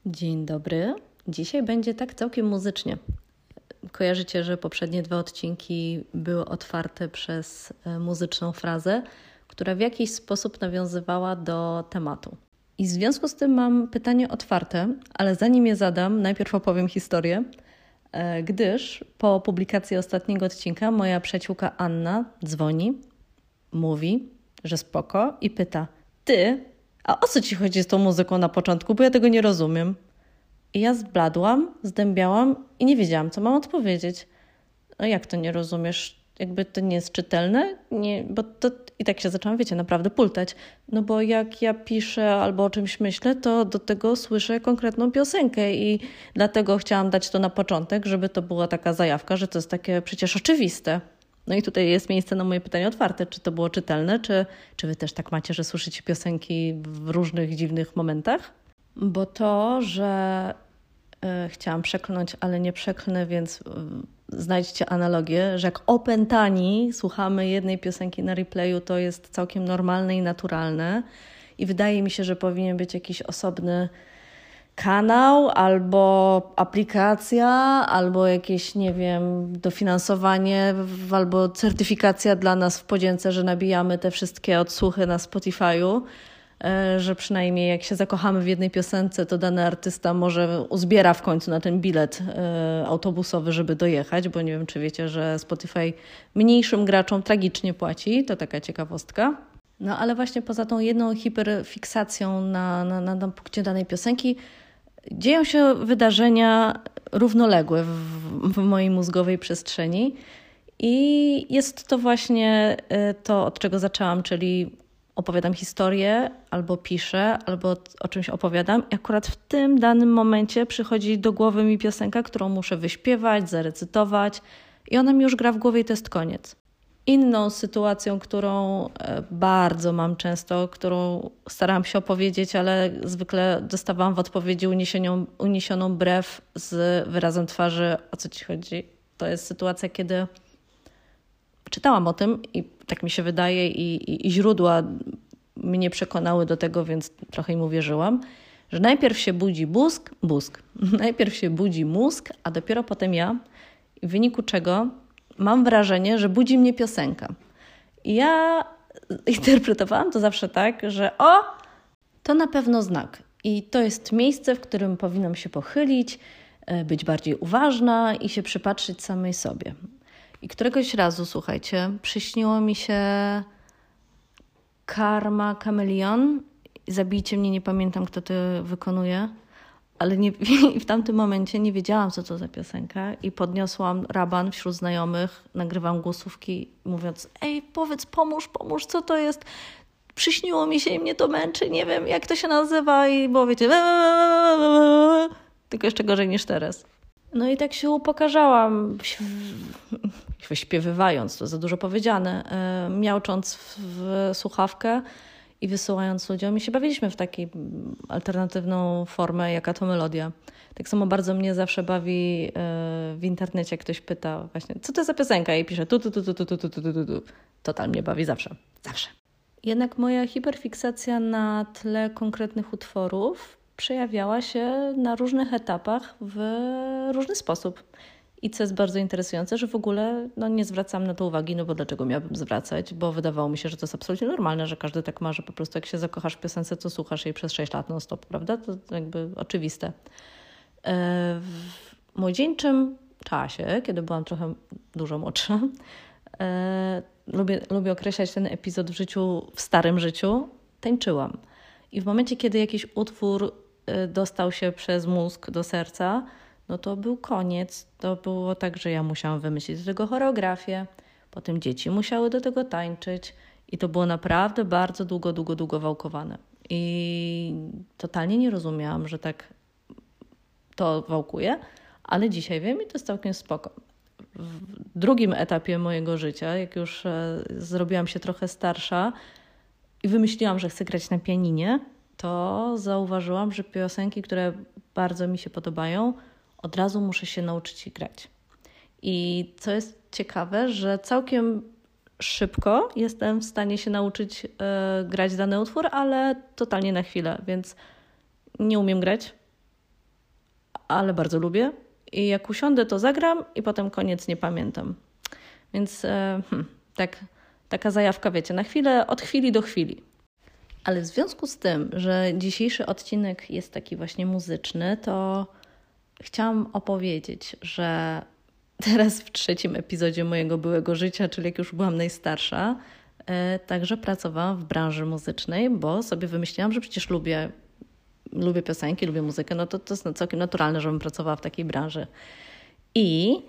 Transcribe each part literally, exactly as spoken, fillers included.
Dzień dobry. Dzisiaj będzie tak całkiem muzycznie. Kojarzycie, że poprzednie dwa odcinki były otwarte przez muzyczną frazę, która w jakiś sposób nawiązywała do tematu. I w związku z tym mam pytanie otwarte, ale zanim je zadam, najpierw opowiem historię, gdyż po publikacji ostatniego odcinka moja przyjaciółka Anna dzwoni, mówi, że spoko i pyta: ty, a o co ci chodzi z tą muzyką na początku, bo ja tego nie rozumiem. I ja zbladłam, zdębiałam i nie wiedziałam, co mam odpowiedzieć. No jak to nie rozumiesz? Jakby to nie jest czytelne? Nie, bo to... I tak się zaczęłam, wiecie, naprawdę pultać. No bo jak ja piszę albo o czymś myślę, to do tego słyszę konkretną piosenkę i dlatego chciałam dać to na początek, żeby to była taka zajawka, że to jest takie przecież oczywiste. No i tutaj jest miejsce na moje pytanie otwarte, czy to było czytelne, czy, czy wy też tak macie, że słyszycie piosenki w różnych dziwnych momentach? Bo to, że y, chciałam przeklnąć, ale nie przeklnę, więc y, znajdźcie analogię, że jak opętani słuchamy jednej piosenki na replayu, to jest całkiem normalne i naturalne. I wydaje mi się, że powinien być jakiś osobny kanał, albo aplikacja, albo jakieś, nie wiem, dofinansowanie, albo certyfikacja dla nas w podzięce, że nabijamy te wszystkie odsłuchy na Spotify'u, że przynajmniej jak się zakochamy w jednej piosence, to dany artysta może uzbiera w końcu na ten bilet autobusowy, żeby dojechać, bo nie wiem, czy wiecie, że Spotify mniejszym graczom tragicznie płaci, to taka ciekawostka. No ale właśnie poza tą jedną hiperfiksacją na, na, na, na punkcie danej piosenki dzieją się wydarzenia równoległe w, w mojej mózgowej przestrzeni i jest to właśnie to, od czego zaczęłam, czyli opowiadam historię, albo piszę, albo o czymś opowiadam i akurat w tym danym momencie przychodzi do głowy mi piosenka, którą muszę wyśpiewać, zarecytować i ona mi już gra w głowie i to jest koniec. Inną sytuacją, którą bardzo mam często, którą starałam się opowiedzieć, ale zwykle dostawałam w odpowiedzi uniesioną, uniesioną brew z wyrazem twarzy, o co ci chodzi. To jest sytuacja, kiedy czytałam o tym i tak mi się wydaje i, i, i źródła mnie przekonały do tego, więc trochę im uwierzyłam, że najpierw się budzi mózg, mózg. Najpierw się budzi mózg, a dopiero potem ja, w wyniku czego mam wrażenie, że budzi mnie piosenka. I ja interpretowałam to zawsze tak, że o, to na pewno znak. I to jest miejsce, w którym powinnam się pochylić, być bardziej uważna i się przypatrzyć samej sobie. I któregoś razu, słuchajcie, przyśniło mi się Karma Chameleon. Zabijcie mnie, nie pamiętam, kto to wykonuje, ale nie, w tamtym momencie nie wiedziałam, co to za piosenka i podniosłam raban wśród znajomych, nagrywam głosówki mówiąc: ej, powiedz, pomóż, pomóż, co to jest? Przyśniło mi się i mnie to męczy, nie wiem, jak to się nazywa i było, wiecie, tylko jeszcze gorzej niż teraz. No i tak się upokarzałam, wyśpiewywając, to za dużo powiedziane, miaucząc w słuchawkę i wysyłając ludziom. I się bawiliśmy w taką alternatywną formę, jaka to melodia. Tak samo bardzo mnie zawsze bawi w internecie, jak ktoś pyta właśnie, co to za piosenka? I pisze tu, tu, tu, tu, tu, tu, tu, tu, tu, tu. Total mnie bawi zawsze. Zawsze. Jednak moja hiperfiksacja na tle konkretnych utworów przejawiała się na różnych etapach w różny sposób. I co jest bardzo interesujące, że w ogóle no, nie zwracam na to uwagi, no bo dlaczego miałabym zwracać, bo wydawało mi się, że to jest absolutnie normalne, że każdy tak ma, że po prostu jak się zakochasz w piosence, to słuchasz jej przez sześć lat non stop, prawda? To jakby oczywiste. W młodzieńczym czasie, kiedy byłam trochę dużo młodsza, lubię, lubię określać ten epizod w życiu, w starym życiu, tańczyłam. I w momencie, kiedy jakiś utwór dostał się przez mózg do serca, no to był koniec. To było tak, że ja musiałam wymyślić do tego choreografię, potem dzieci musiały do tego tańczyć i to było naprawdę bardzo długo, długo, długo wałkowane. I totalnie nie rozumiałam, że tak to wałkuje, ale dzisiaj wiem i to jest całkiem spoko. W drugim etapie mojego życia, jak już zrobiłam się trochę starsza i wymyśliłam, że chcę grać na pianinie, to zauważyłam, że piosenki, które bardzo mi się podobają, od razu muszę się nauczyć ich grać. I co jest ciekawe, że całkiem szybko jestem w stanie się nauczyć y, grać dany utwór, ale totalnie na chwilę, więc nie umiem grać. ale bardzo lubię. I jak usiądę, to zagram i potem koniec nie pamiętam. Więc e, hmm, tak, taka zajawka, wiecie, na chwilę, od chwili do chwili. Ale w związku z tym, że dzisiejszy odcinek jest taki właśnie muzyczny, to chciałam opowiedzieć, że teraz w trzecim epizodzie mojego byłego życia, czyli jak już byłam najstarsza, e, także pracowałam w branży muzycznej, bo sobie wymyśliłam, że przecież lubię, lubię piosenki, lubię muzykę, no to, to jest całkiem naturalne, żebym pracowała w takiej branży. I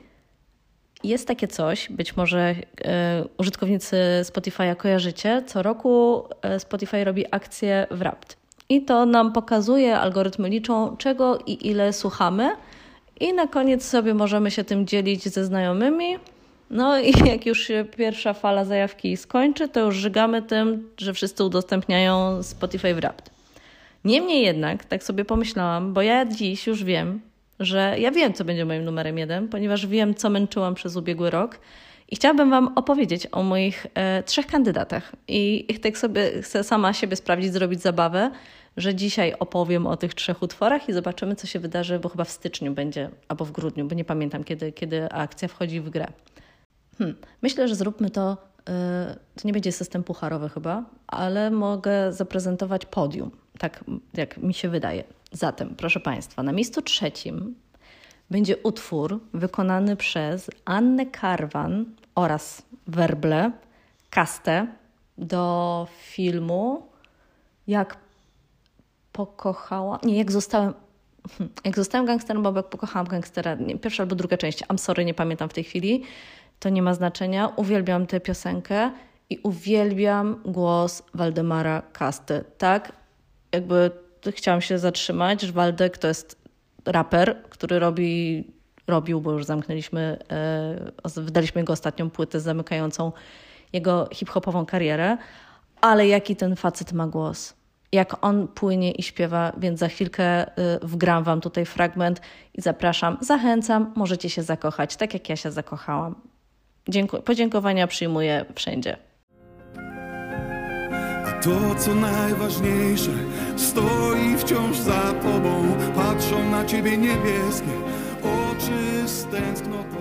jest takie coś, być może e, użytkownicy Spotify'a kojarzycie, co roku Spotify robi akcję Wrapped. I to nam pokazuje, algorytmy liczą, czego i ile słuchamy i na koniec sobie możemy się tym dzielić ze znajomymi. No i jak już się pierwsza fala zajawki skończy, to już żygamy tym, że wszyscy udostępniają Spotify Wrapped. Niemniej jednak, tak sobie pomyślałam, bo ja dziś już wiem, że ja wiem, co będzie moim numerem jeden, ponieważ wiem, co męczyłam przez ubiegły rok i chciałabym Wam opowiedzieć o moich e, trzech kandydatach. I, I tak sobie chcę sama siebie sprawdzić, zrobić zabawę, że dzisiaj opowiem o tych trzech utworach i zobaczymy, co się wydarzy, bo chyba w styczniu będzie, albo w grudniu, bo nie pamiętam, kiedy, kiedy akcja wchodzi w grę. Hmm. Myślę, że zróbmy to, yy, to nie będzie system pucharowy chyba, ale mogę zaprezentować podium, tak jak mi się wydaje. Zatem, proszę Państwa, na miejscu trzecim będzie utwór wykonany przez Annę Karwan oraz Werble, Kastę do filmu Jak pokochałam... Nie, jak zostałem... Jak zostałem gangsterem, bo jak pokochałam gangstera, nie, pierwsza albo druga część, I'm sorry, nie pamiętam w tej chwili, to nie ma znaczenia. Uwielbiam tę piosenkę i uwielbiam głos Waldemara Kasty. Tak, jakby chciałam się zatrzymać, że Waldek to jest raper, który robi, robił, bo już zamknęliśmy, e, wydaliśmy jego ostatnią płytę zamykającą jego hip-hopową karierę, ale jaki ten facet ma głos. Jak on płynie i śpiewa, więc za chwilkę y, wgram Wam tutaj fragment i zapraszam, zachęcam, możecie się zakochać, tak jak ja się zakochałam. Dziękuję. Podziękowania przyjmuję wszędzie. A to, co najważniejsze, stoi wciąż za Tobą, patrzą na Ciebie niebieskie oczy z tęsknotą.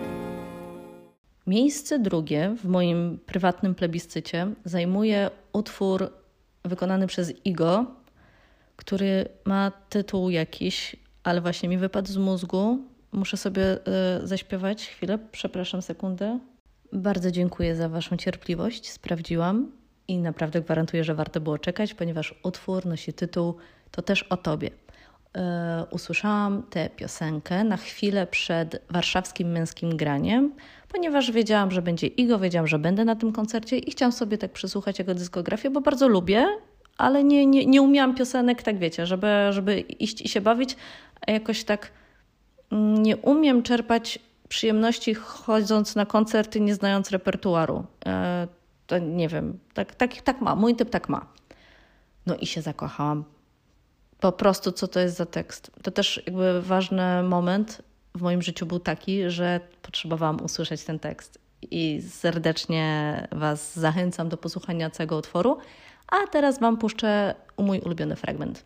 Miejsce drugie w moim prywatnym plebiscycie zajmuje utwór wykonany przez Igo, który ma tytuł jakiś, ale właśnie mi wypadł z mózgu. Muszę sobie y, zaśpiewać chwilę, przepraszam sekundę. Bardzo dziękuję za Waszą cierpliwość, sprawdziłam i naprawdę gwarantuję, że warto było czekać, ponieważ utwór nosi tytuł To też o Tobie. Y, usłyszałam tę piosenkę na chwilę przed warszawskim męskim graniem, ponieważ wiedziałam, że będzie Igo, wiedziałam, że będę na tym koncercie i chciałam sobie tak przesłuchać jego dyskografię, bo bardzo lubię, ale nie, nie, nie umiałam piosenek, tak wiecie, żeby, żeby iść i się bawić, a jakoś tak nie umiem czerpać przyjemności chodząc na koncerty, nie znając repertuaru. E, to nie wiem, tak, tak, tak ma, mój typ tak ma. No i się zakochałam. Po prostu co to jest za tekst. To też jakby ważny moment w moim życiu był taki, że potrzebowałam usłyszeć ten tekst i serdecznie Was zachęcam do posłuchania całego utworu, a teraz Wam puszczę mój ulubiony fragment.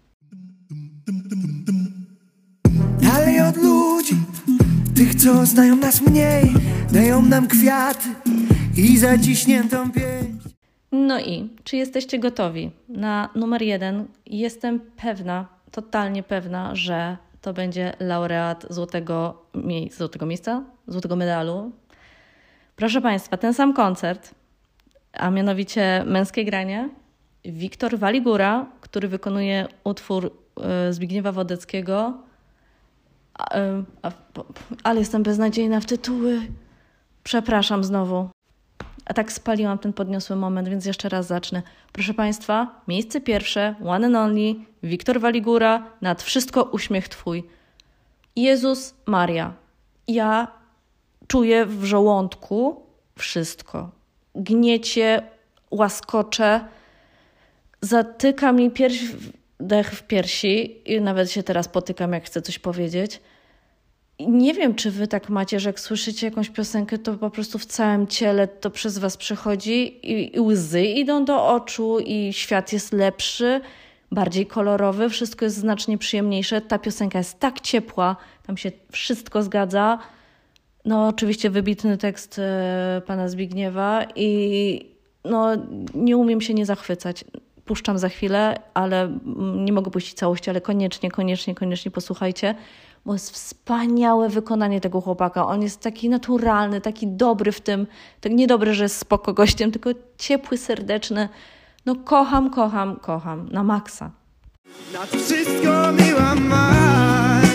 Dalej od ludzi, tych co znają nas mniej, dają nam kwiaty i zaciśniętą pięść. No i czy jesteście gotowi na numer jeden? Jestem pewna, totalnie pewna, że to będzie laureat złotego, mie- złotego miejsca, złotego medalu. Proszę Państwa, ten sam koncert, a mianowicie męskie granie, Wiktor Waligura, który wykonuje utwór y, Zbigniewa Wodeckiego, a, y, a, ale jestem beznadziejna w tytuły. Przepraszam znowu. A tak spaliłam ten podniosły moment, więc jeszcze raz zacznę. Proszę Państwa, miejsce pierwsze, one and only, Wiktor Waligura, nad wszystko uśmiech Twój. Jezus Maria, ja czuję w żołądku wszystko. Gniecie, łaskocze, zatyka mi pierś, dech w piersi i nawet się teraz potykam, jak chcę coś powiedzieć. I nie wiem, czy wy tak macie, że jak słyszycie jakąś piosenkę, to po prostu w całym ciele to przez was przechodzi i, i łzy idą do oczu i świat jest lepszy. bardziej kolorowy, wszystko jest znacznie przyjemniejsze. Ta piosenka jest tak ciepła, tam się wszystko zgadza. No oczywiście wybitny tekst e, pana Zbigniewa i no, nie umiem się nie zachwycać. Puszczam za chwilę, ale nie mogę puścić całości, ale koniecznie, koniecznie, koniecznie posłuchajcie, bo jest wspaniałe wykonanie tego chłopaka. On jest taki naturalny, taki dobry w tym, tak niedobry, że jest spoko gościem, tylko ciepły, serdeczny. No kocham, kocham, kocham, na maksa. Na to wszystko miła mań,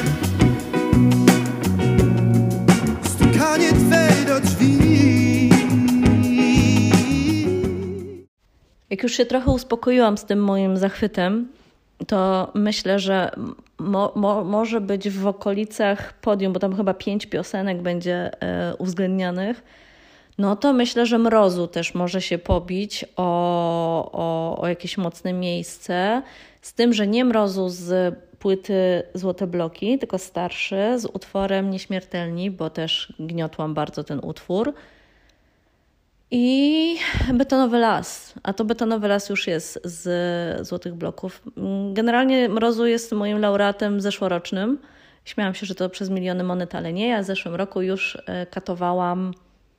stukanie twej do drzwi. Jak już się trochę uspokoiłam z tym moim zachwytem, to myślę, że mo, mo, może być w okolicach podium, bo tam chyba pięć piosenek będzie e, uwzględnianych, no to myślę, że Mrozu też może się pobić o, o, o jakieś mocne miejsce. Z tym, że nie Mrozu z płyty Złote Bloki, tylko starszy, z utworem Nieśmiertelni, bo też gniotłam bardzo ten utwór. I Betonowy Las, a to Betonowy Las już jest z Złotych Bloków. Generalnie Mrozu jest moim laureatem zeszłorocznym. Śmiałam się, że to przez miliony monet, ale nie. Ja w zeszłym roku już katowałam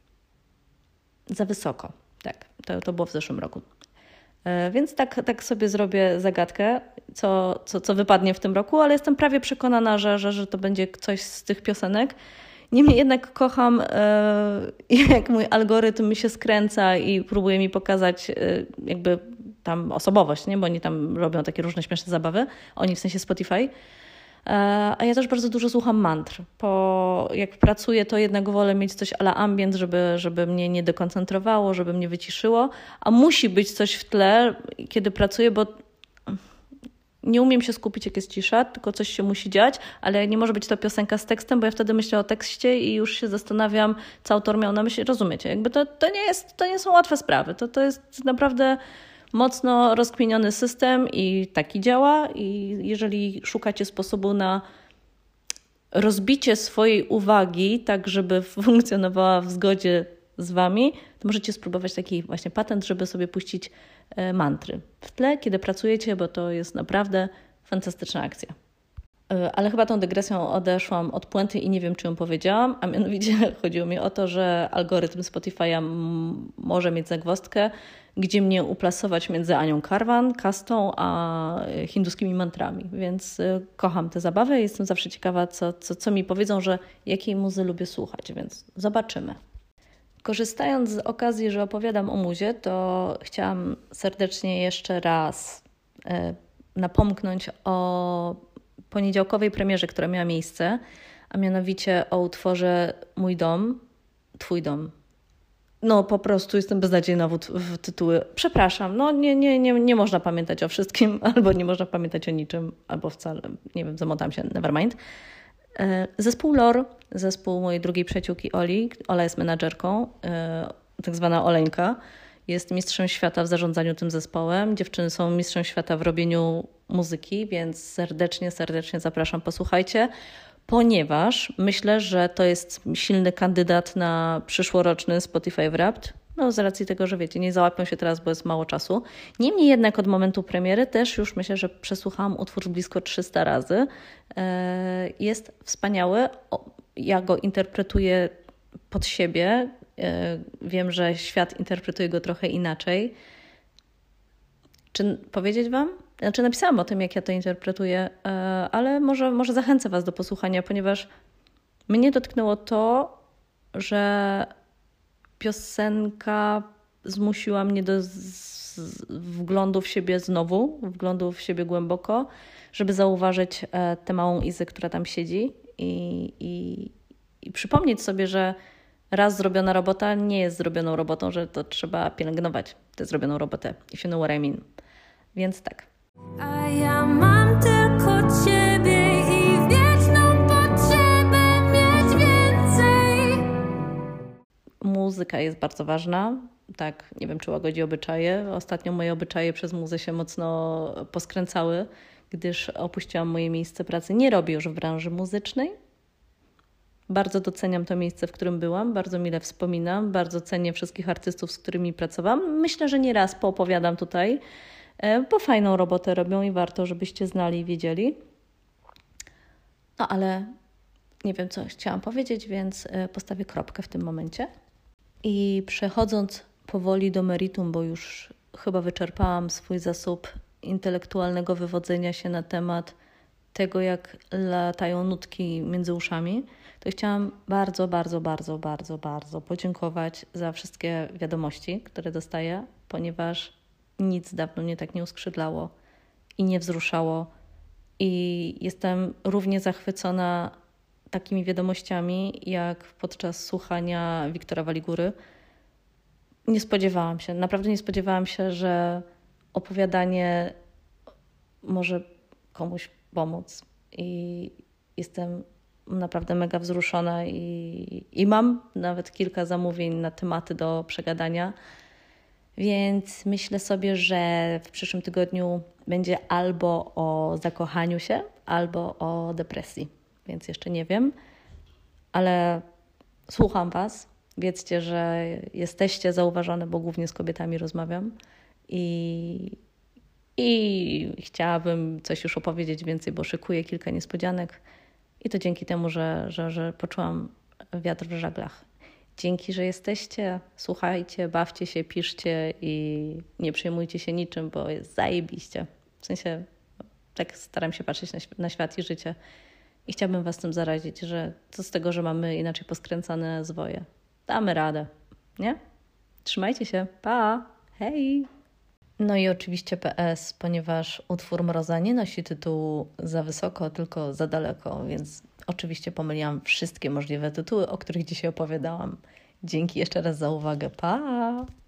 za wysoko. Tak, to, to było w zeszłym roku. Więc tak, tak sobie zrobię zagadkę, co, co, co wypadnie w tym roku, ale jestem prawie przekonana, że, że, że to będzie coś z tych piosenek. Niemniej jednak kocham, jak mój algorytm mi się skręca i próbuje mi pokazać jakby tam osobowość, nie? Bo oni tam robią takie różne śmieszne zabawy, oni w sensie Spotify. A ja też bardzo dużo słucham mantr. Po, jak pracuję, to jednak wolę mieć coś a la ambient, żeby, żeby mnie nie dekoncentrowało, żeby mnie wyciszyło, a musi być coś w tle, kiedy pracuję, bo nie umiem się skupić, jak jest cisza, tylko coś się musi dziać, ale nie może być to piosenka z tekstem, bo ja wtedy myślę o tekście i już się zastanawiam, co autor miał na myśli. Rozumiecie? Jakby to, to, nie jest, to nie są łatwe sprawy. To, to jest naprawdę mocno rozkminiony system i taki działa. I jeżeli szukacie sposobu na rozbicie swojej uwagi, tak żeby funkcjonowała w zgodzie z wami, to możecie spróbować taki właśnie patent, żeby sobie puścić mantry w tle, kiedy pracujecie, bo to jest naprawdę fantastyczna akcja. Ale chyba tą dygresją odeszłam od puenty i nie wiem, czy ją powiedziałam, a mianowicie chodziło mi o to, że algorytm Spotify'a m- może mieć zagwozdkę, gdzie mnie uplasować między Anią Karwan, kastą, a hinduskimi mantrami, więc y, kocham te zabawy i jestem zawsze ciekawa, co, co, co mi powiedzą, że jakiej muzy lubię słuchać, więc zobaczymy. Korzystając z okazji, że opowiadam o muzie, to chciałam serdecznie jeszcze raz y, napomknąć o poniedziałkowej premierze, która miała miejsce, a mianowicie o utworze Mój dom, Twój dom. No po prostu jestem beznadziejna w, w tytuły. Przepraszam, no nie, nie, nie, nie można pamiętać o wszystkim, albo nie można pamiętać o niczym, albo wcale, nie wiem, zamotam się, nevermind. Zespół Lor, zespół mojej drugiej przyjaciółki Oli. Ola jest menadżerką, tak zwana Oleńka. Jest mistrzem świata w zarządzaniu tym zespołem. Dziewczyny są mistrzem świata w robieniu muzyki, więc serdecznie, serdecznie zapraszam, posłuchajcie, ponieważ myślę, że to jest silny kandydat na przyszłoroczny Spotify Wrapped. No z racji tego, że wiecie, nie załapią się teraz, bo jest mało czasu. Niemniej jednak od momentu premiery też już myślę, że przesłuchałam utwór blisko trzysta razy. Jest wspaniały. Ja go interpretuję pod siebie. Wiem, że świat interpretuje go trochę inaczej. Czy powiedzieć wam? Znaczy napisałam o tym, jak ja to interpretuję, ale może, może zachęcę was do posłuchania, ponieważ mnie dotknęło to, że piosenka zmusiła mnie do z, wglądu w siebie znowu, wglądu w siebie głęboko, żeby zauważyć tę małą Izę, która tam siedzi i, i, i przypomnieć sobie, że raz zrobiona robota nie jest zrobioną robotą, że to trzeba pielęgnować tę zrobioną robotę. If you know what I mean. Więc tak. A ja mam tylko ciebie i wieczną potrzebę mieć więcej. Muzyka jest bardzo ważna. Tak, nie wiem, czy łagodzi obyczaje. Ostatnio moje obyczaje przez muzę się mocno poskręcały, gdyż opuściłam moje miejsce pracy. Nie robię już w branży muzycznej. Bardzo doceniam to miejsce, w którym byłam, bardzo mile wspominam, bardzo cenię wszystkich artystów, z którymi pracowałam. Myślę, że nie raz poopowiadam tutaj bo fajną robotę robią i warto, żebyście znali i wiedzieli. No ale nie wiem, co chciałam powiedzieć, więc postawię kropkę w tym momencie. I przechodząc powoli do meritum, bo już chyba wyczerpałam swój zasób intelektualnego wywodzenia się na temat tego, jak latają nutki między uszami, to chciałam bardzo, bardzo, bardzo, bardzo, bardzo podziękować za wszystkie wiadomości, które dostaję, ponieważ nic dawno mnie tak nie uskrzydlało i nie wzruszało. I jestem równie zachwycona takimi wiadomościami, jak podczas słuchania Wiktora Waligury. Nie spodziewałam się, naprawdę nie spodziewałam się, że opowiadanie może komuś pomóc. I jestem naprawdę mega wzruszona i, i mam nawet kilka zamówień na tematy do przegadania. Więc myślę sobie, że w przyszłym tygodniu będzie albo o zakochaniu się, albo o depresji. Więc jeszcze nie wiem, ale słucham Was. Wiedzcie, że jesteście zauważone, bo głównie z kobietami rozmawiam i, i chciałabym coś już opowiedzieć więcej, bo szykuję kilka niespodzianek i to dzięki temu, że, że, że poczułam wiatr w żaglach. Dzięki, że jesteście, słuchajcie, bawcie się, piszcie i nie przejmujcie się niczym, bo jest zajebiście. W sensie tak staram się patrzeć na, na świat i życie i chciałabym Was tym zarazić, że co z tego, że mamy inaczej poskręcane zwoje. Damy radę, nie? Trzymajcie się, pa, hej! No i oczywiście P S, ponieważ utwór Mroza nie nosi tytułu Za wysoko, tylko Za daleko, więc oczywiście pomyliłam wszystkie możliwe tytuły, o których dzisiaj opowiadałam. Dzięki jeszcze raz za uwagę, pa!